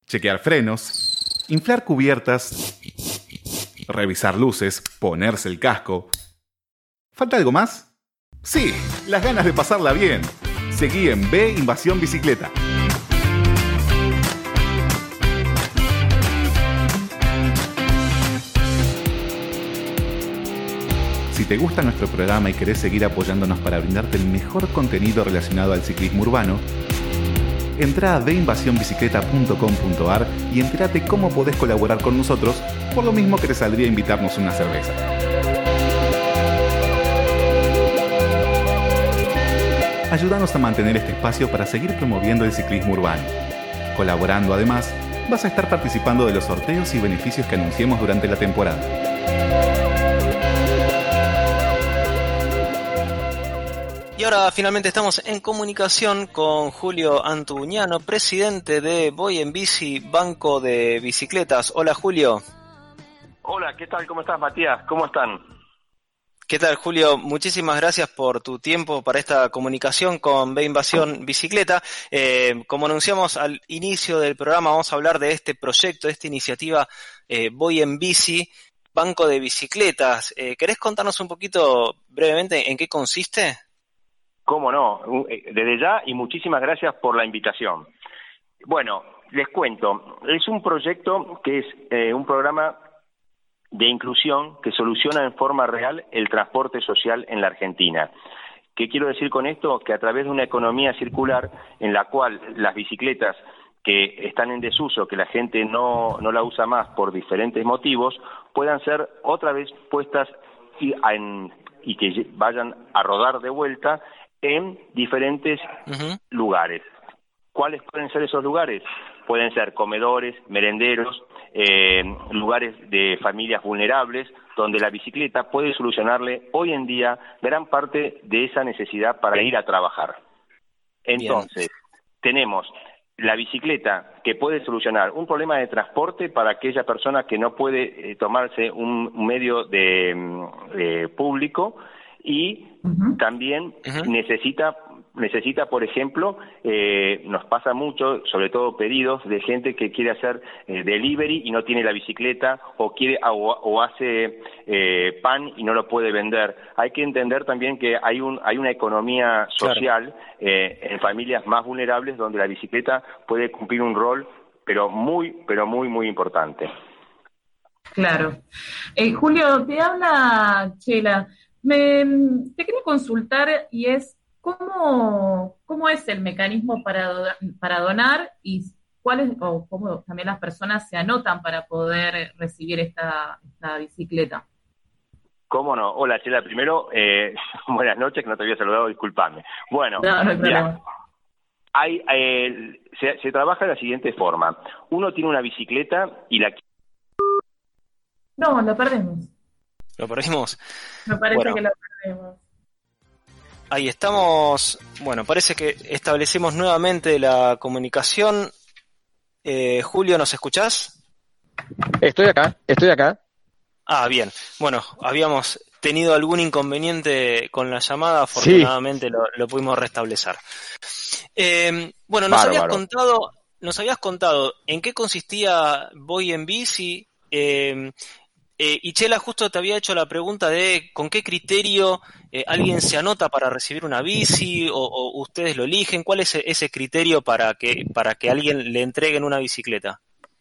chequear frenos, inflar cubiertas, revisar luces, ponerse el casco. ¿Falta algo más? Sí, las ganas de pasarla bien. Seguí en B Invasión Bicicleta. Si te gusta nuestro programa y querés seguir apoyándonos para brindarte el mejor contenido relacionado al ciclismo urbano, entrá a beinvasionbicicleta.com.ar y entérate cómo podés colaborar con nosotros, por lo mismo que te saldría invitarnos una cerveza. Ayúdanos a mantener este espacio para seguir promoviendo el ciclismo urbano. Colaborando además, vas a estar participando de los sorteos y beneficios que anunciemos durante la temporada. Y ahora finalmente estamos en comunicación con Julio Antuñano, presidente de Voy en Bici, Banco de Bicicletas. Hola, Julio. Hola, ¿qué tal? ¿Cómo estás, Matías? ¿Cómo están? ¿Qué tal, Julio? Muchísimas gracias por tu tiempo para esta comunicación con B Invasión Bicicleta. Como anunciamos al inicio del programa, vamos a hablar de este proyecto, de esta iniciativa Voy en Bici, Banco de Bicicletas. ¿Querés contarnos un poquito brevemente en qué consiste? Cómo no, desde ya, y muchísimas gracias por la invitación. Bueno, les cuento, es un proyecto que es un programa de inclusión que soluciona en forma real el transporte social en la Argentina. ¿Qué quiero decir con esto? Que a través de una economía circular en la cual las bicicletas que están en desuso, que la gente no la usa más por diferentes motivos, puedan ser otra vez puestas y que vayan a rodar de vuelta en diferentes lugares. ¿Cuáles pueden ser esos lugares? Pueden ser comedores, merenderos, lugares de familias vulnerables, donde la bicicleta puede solucionarle hoy en día gran parte de esa necesidad para ir a trabajar. Entonces, tenemos la bicicleta que puede solucionar un problema de transporte para aquella persona que no puede tomarse un medio de público, y también necesita, por ejemplo, nos pasa mucho, sobre todo pedidos de gente que quiere hacer delivery y no tiene la bicicleta, o hace pan y no lo puede vender. Hay que entender también que hay una economía social, claro, en familias más vulnerables, donde la bicicleta puede cumplir un rol, pero muy importante. Claro. Julio, te habla Chela. Te quería consultar, y es cómo es el mecanismo para donar, y cómo también las personas se anotan para poder recibir esta bicicleta. ¿Cómo no? Hola, Chela. Primero, buenas noches, que no te había saludado, discúlpame. Bueno, no hay problema. Se trabaja de la siguiente forma. Uno tiene una bicicleta y la... No, lo perdemos. ¿Lo perdimos? Me parece que lo perdemos. Ahí estamos. Bueno, parece que establecemos nuevamente la comunicación. Julio, ¿nos escuchás? Estoy acá. Ah, bien. Bueno, habíamos tenido algún inconveniente con la llamada, afortunadamente sí. lo pudimos restablecer. Bueno, nos habías contado en qué consistía Voy en Bici. Y Chela justo te había hecho la pregunta de con qué criterio alguien se anota para recibir una bici, o ustedes lo eligen. ¿Cuál es ese criterio para que a alguien le entreguen una bicicleta?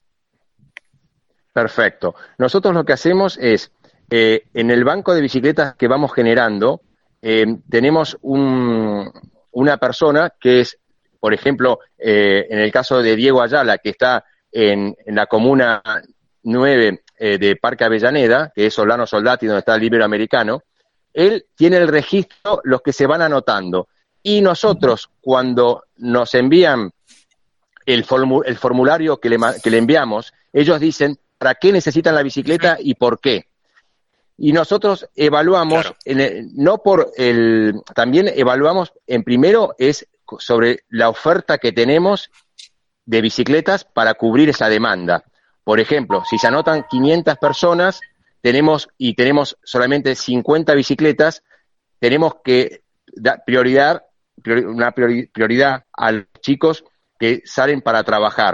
Perfecto. Nosotros lo que hacemos es, en el banco de bicicletas que vamos generando, tenemos una persona que es, por ejemplo, en el caso de Diego Ayala, que está en la comuna 9 de Parque Avellaneda, que es Solano Soldati, donde está el Iberoamericano. Él tiene el registro, los que se van anotando, y nosotros, cuando nos envían el formulario que le enviamos, ellos dicen para qué necesitan la bicicleta y por qué. Y nosotros evaluamos, claro, también evaluamos, en primero es sobre la oferta que tenemos de bicicletas para cubrir esa demanda. Por ejemplo, si se anotan 500 personas, tenemos solamente 50 bicicletas, tenemos que dar prioridad a los chicos que salen para trabajar.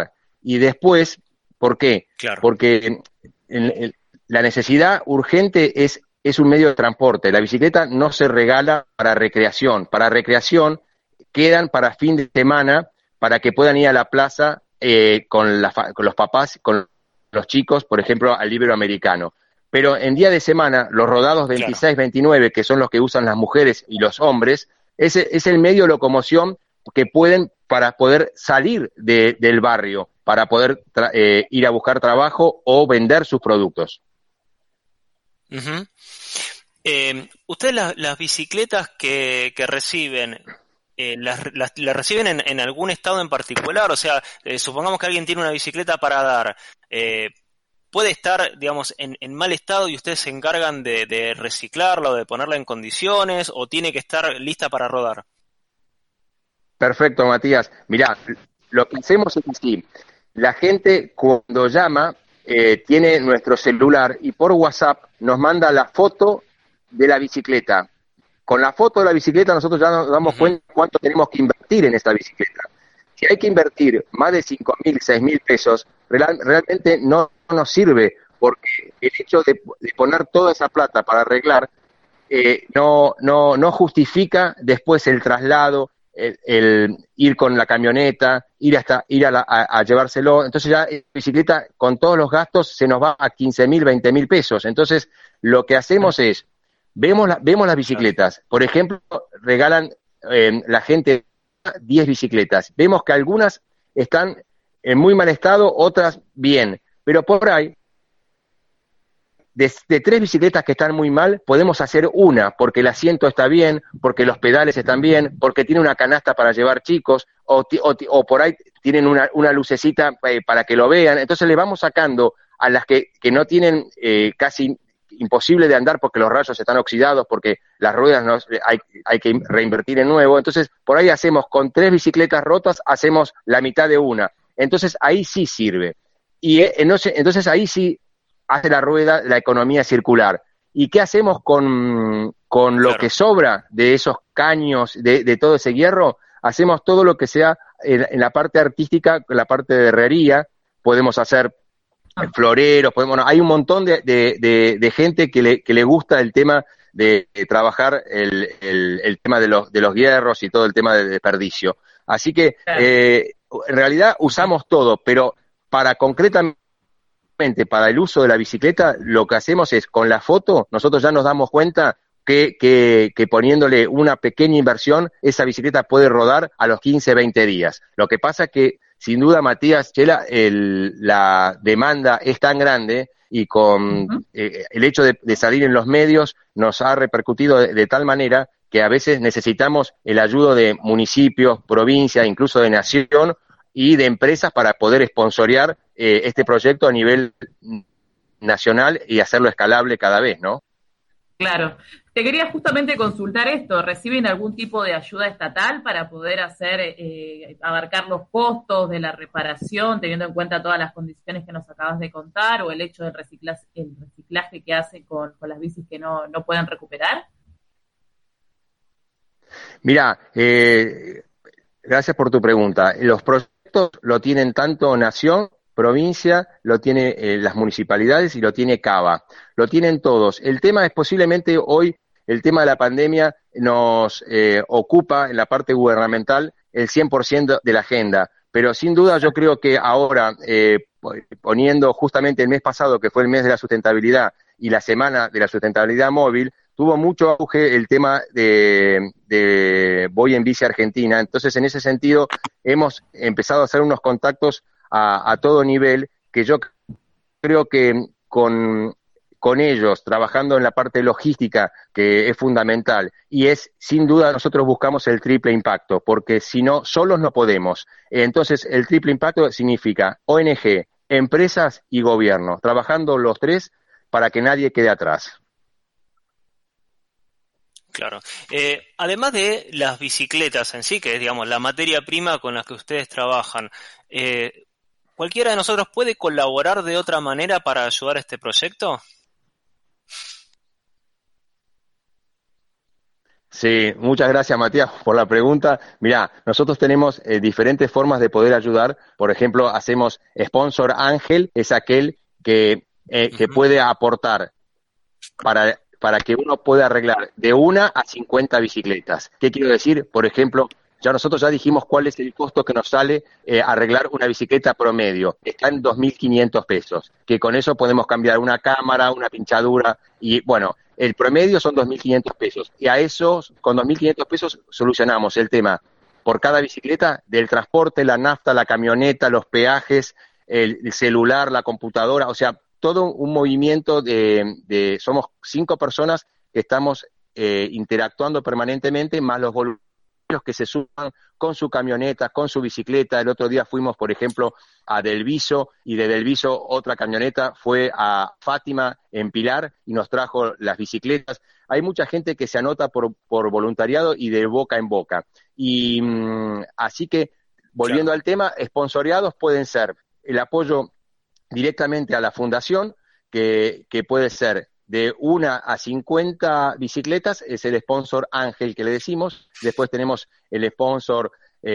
y después, ¿por qué? Claro. Porque la necesidad urgente es un medio de transporte. La bicicleta no se regala para recreación. Para recreación quedan para fin de semana para que puedan ir a la plaza con los papás, con los chicos, por ejemplo, al Iberoamericano. Pero en día de semana, los rodados 26-29, que son los que usan las mujeres y los hombres, es el medio de locomoción que pueden para poder salir del barrio, para poder ir a buscar trabajo o vender sus productos. Uh-huh. Ustedes las bicicletas que reciben, ¿las reciben en algún estado en particular? O sea, supongamos que alguien tiene una bicicleta para dar, ¿puede estar, digamos, en mal estado y ustedes se encargan de reciclarla o de ponerla en condiciones, o tiene que estar lista para rodar? Perfecto, Matías. Mirá, lo que hacemos es así. La gente cuando llama tiene nuestro celular y por WhatsApp nos manda la foto de la bicicleta. Con la foto de la bicicleta nosotros ya nos damos cuenta cuánto tenemos que invertir en esta bicicleta. Si hay que invertir más de 5.000, 6.000 pesos, realmente no nos sirve, porque el hecho de poner toda esa plata para arreglar no justifica después el traslado, el ir con la camioneta, ir a llevárselo. Entonces ya la bicicleta con todos los gastos se nos va a 15.000, 20.000 pesos. Entonces lo que hacemos es, vemos las bicicletas. Por ejemplo, regalan la gente 10 bicicletas. Vemos que algunas están en muy mal estado, otras bien, pero por ahí de 3 bicicletas que están muy mal, podemos hacer una, porque el asiento está bien, porque los pedales están bien, porque tiene una canasta para llevar chicos, o por ahí tienen una lucecita para que lo vean. Entonces le vamos sacando a las que no tienen casi imposible de andar porque los rayos están oxidados, porque las ruedas hay que reinvertir en nuevo. Entonces por ahí hacemos con 3 bicicletas rotas, hacemos la mitad de una. Entonces ahí sí sirve. Y entonces ahí sí hace la rueda la economía circular. ¿Y qué hacemos con lo que sobra de esos caños, de todo ese hierro? Hacemos todo lo que sea en la parte artística, en la parte de herrería. Podemos hacer floreros, hay un montón de gente que le gusta el tema de trabajar el tema de los hierros y todo el tema de desperdicio. Así que en realidad usamos todo, pero concretamente para el uso de la bicicleta, lo que hacemos es, con la foto, nosotros ya nos damos cuenta que poniéndole una pequeña inversión, esa bicicleta puede rodar a los 15, 20 días. Lo que pasa que, sin duda, Matías, Chela, la demanda es tan grande y con el hecho de salir en los medios nos ha repercutido de tal manera que a veces necesitamos el ayudo de municipios, provincias, incluso de nación y de empresas para poder sponsorear este proyecto a nivel nacional y hacerlo escalable cada vez, ¿no? Claro. Te quería justamente consultar esto. ¿Reciben algún tipo de ayuda estatal para poder abarcar los costos de la reparación, teniendo en cuenta todas las condiciones que nos acabas de contar, o el hecho del reciclaje que hacen con las bicis que no pueden recuperar? Mira, gracias por tu pregunta. Los proyectos lo tienen tanto Nación, provincia, lo tiene las municipalidades y lo tiene Cava. Lo tienen todos. El tema es posiblemente hoy, el tema de la pandemia nos ocupa en la parte gubernamental el 100% de la agenda. Pero sin duda yo creo que ahora, poniendo justamente el mes pasado, que fue el mes de la sustentabilidad y la semana de la sustentabilidad móvil, tuvo mucho auge el tema de Voy en Bici Argentina. Entonces, en ese sentido, hemos empezado a hacer unos contactos a todo nivel, que yo creo que con ellos, trabajando en la parte logística, que es fundamental, y sin duda, nosotros buscamos el triple impacto, porque si no, solos no podemos. Entonces, el triple impacto significa ONG, empresas y gobierno, trabajando los 3 para que nadie quede atrás. Claro. Además de las bicicletas en sí, que es, digamos, la materia prima con la que ustedes trabajan, ¿cualquiera de nosotros puede colaborar de otra manera para ayudar a este proyecto? Sí, muchas gracias, Matías, por la pregunta. Mirá, nosotros tenemos diferentes formas de poder ayudar. Por ejemplo, hacemos Sponsor Ángel, es aquel que puede aportar para que uno pueda arreglar de 1 a 50 bicicletas. ¿Qué quiero decir? Por ejemplo, nosotros ya dijimos cuál es el costo que nos sale arreglar una bicicleta promedio. Está en 2.500 pesos, que con eso podemos cambiar una cámara, una pinchadura, y bueno, el promedio son 2.500 pesos. Y a esos, con 2.500 pesos, solucionamos el tema por cada bicicleta del transporte, la nafta, la camioneta, los peajes, el celular, la computadora, o sea, todo un movimiento somos 5 personas que estamos interactuando permanentemente, más los voluntarios que se suman con su camioneta, con su bicicleta. El otro día fuimos, por ejemplo, a Delviso, y de Delviso otra camioneta fue a Fátima en Pilar y nos trajo las bicicletas. Hay mucha gente que se anota por voluntariado y de boca en boca. Y así que, volviendo al tema, sponsoreados pueden ser el apoyo directamente a la fundación, que puede ser de 1 a 50 bicicletas, es el sponsor Ángel que le decimos. Después tenemos el sponsor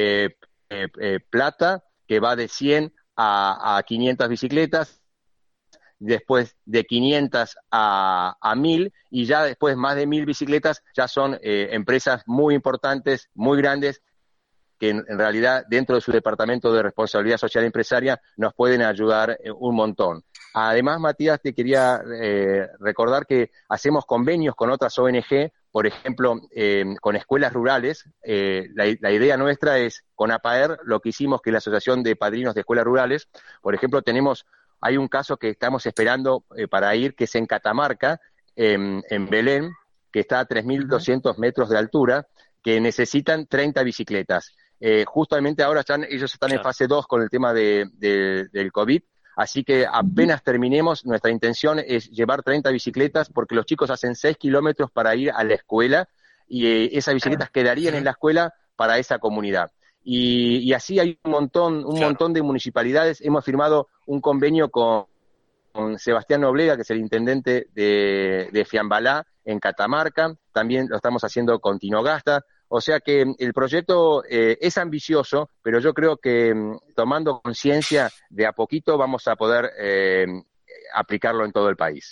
Plata, que va de 100 a 500 bicicletas, después de 500 a 1.000, y ya después más de 1.000 bicicletas ya son empresas muy importantes, muy grandes, que en realidad dentro de su departamento de responsabilidad social empresaria nos pueden ayudar un montón. Además, Matías, te quería recordar que hacemos convenios con otras ONG, por ejemplo, con escuelas rurales. La idea nuestra es, con APAER, lo que hicimos, que es la Asociación de Padrinos de Escuelas Rurales, por ejemplo, hay un caso que estamos esperando para ir, que es en Catamarca, en Belén, que está a 3.200 metros de altura, que necesitan 30 bicicletas. Justamente ahora ellos están en fase 2 con el tema del COVID, así que apenas terminemos, nuestra intención es llevar 30 bicicletas, porque los chicos hacen 6 kilómetros para ir a la escuela, y esas bicicletas quedarían en la escuela para esa comunidad. Y así hay un montón de municipalidades. Hemos firmado un convenio con Sebastián Noblega, que es el intendente de Fiambalá, en Catamarca. También lo estamos haciendo con Tinogasta. O sea que el proyecto es ambicioso, pero yo creo que tomando conciencia, de a poquito vamos a poder aplicarlo en todo el país.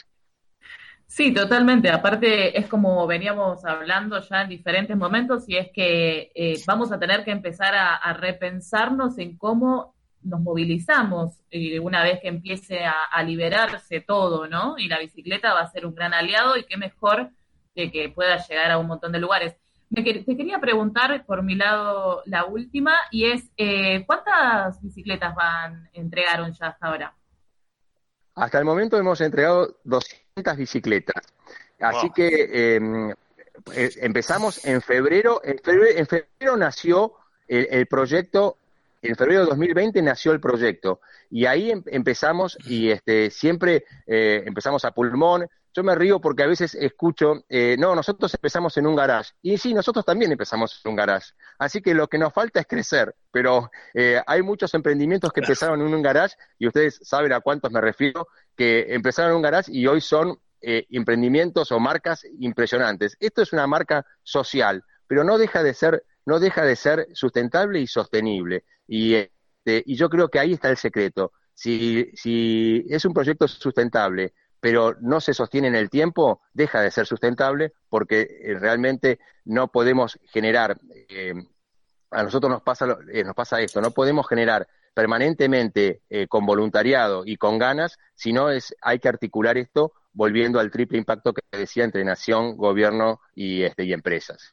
Sí, totalmente. Aparte, es como veníamos hablando ya en diferentes momentos, y es que vamos a tener que empezar a repensarnos en cómo nos movilizamos una vez que empiece a liberarse todo, ¿no? Y la bicicleta va a ser un gran aliado, y qué mejor que pueda llegar a un montón de lugares. Te quería preguntar, por mi lado, la última, y es, ¿cuántas bicicletas entregaron ya hasta ahora? Hasta el momento hemos entregado 200 bicicletas. Así que empezamos en febrero. En febrero nació el proyecto. En febrero de 2020 nació el proyecto. Y ahí empezamos, y siempre empezamos a pulmón. Yo me río porque a veces escucho, no, nosotros empezamos en un garage. Y sí, nosotros también empezamos en un garage. Así que lo que nos falta es crecer. Pero hay muchos emprendimientos que empezaron en un garage, y ustedes saben a cuántos me refiero, que empezaron en un garage y hoy son emprendimientos o marcas impresionantes. Esto es una marca social, pero no deja de ser sustentable y sostenible. Y yo creo que ahí está el secreto. Si es un proyecto sustentable, pero no se sostiene en el tiempo, deja de ser sustentable, porque realmente no podemos generar, a nosotros nos pasa esto, no podemos generar permanentemente con voluntariado y con ganas, sino hay que articular esto volviendo al triple impacto que decía entre nación, gobierno y empresas.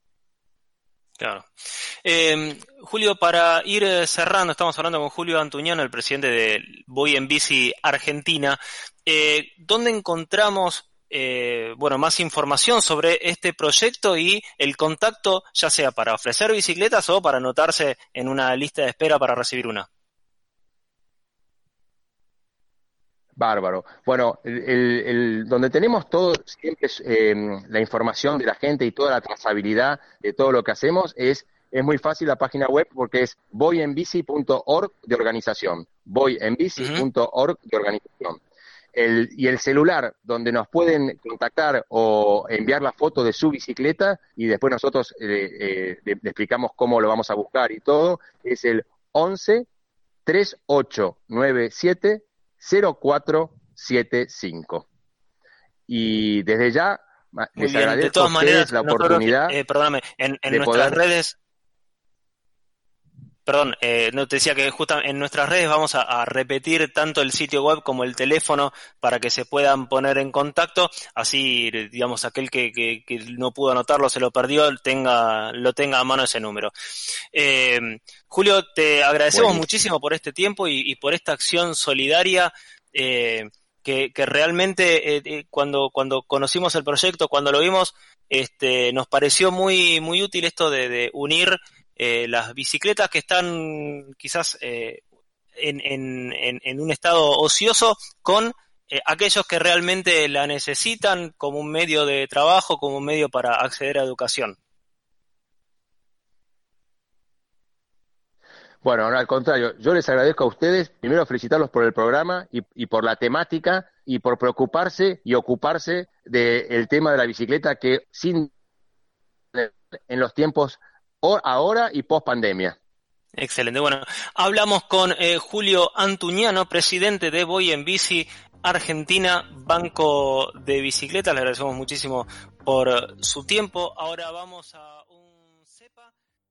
Claro. Julio, para ir cerrando, estamos hablando con Julio Antuñano, el presidente de Voy en Bici Argentina. ¿Dónde encontramos más información sobre este proyecto y el contacto, ya sea para ofrecer bicicletas o para anotarse en una lista de espera para recibir una? Bárbaro. Bueno, donde tenemos todo siempre la información de la gente y toda la trazabilidad de todo lo que hacemos es muy fácil la página web, porque es voyenbici.org de organización. Voyenbici.org de organización. y el celular donde nos pueden contactar o enviar la foto de su bicicleta y después nosotros le explicamos cómo lo vamos a buscar y todo, es el 11 3897 0475. Y desde ya les agradezco de todas maneras, la oportunidad. Perdóname, en nuestras redes. Perdón, no te decía que justo en nuestras redes vamos a repetir tanto el sitio web como el teléfono para que se puedan poner en contacto, así, digamos, aquel que no pudo anotarlo, se lo perdió, lo tenga a mano ese número. Julio, te agradecemos muchísimo por este tiempo y por esta acción solidaria que realmente cuando conocimos el proyecto, cuando lo vimos, nos pareció muy, muy útil esto de unir las bicicletas que están quizás en un estado ocioso con aquellos que realmente la necesitan como un medio de trabajo, como un medio para acceder a educación. Bueno, no, al contrario, yo les agradezco a ustedes, primero felicitarlos por el programa y por la temática y por preocuparse y ocuparse del tema de la bicicleta que sin en los tiempos ahora y post pandemia. Excelente. Bueno, hablamos con Julio Antuñano, presidente de Voy en Bici Argentina, Banco de Bicicletas. Le agradecemos muchísimo por su tiempo. Ahora vamos a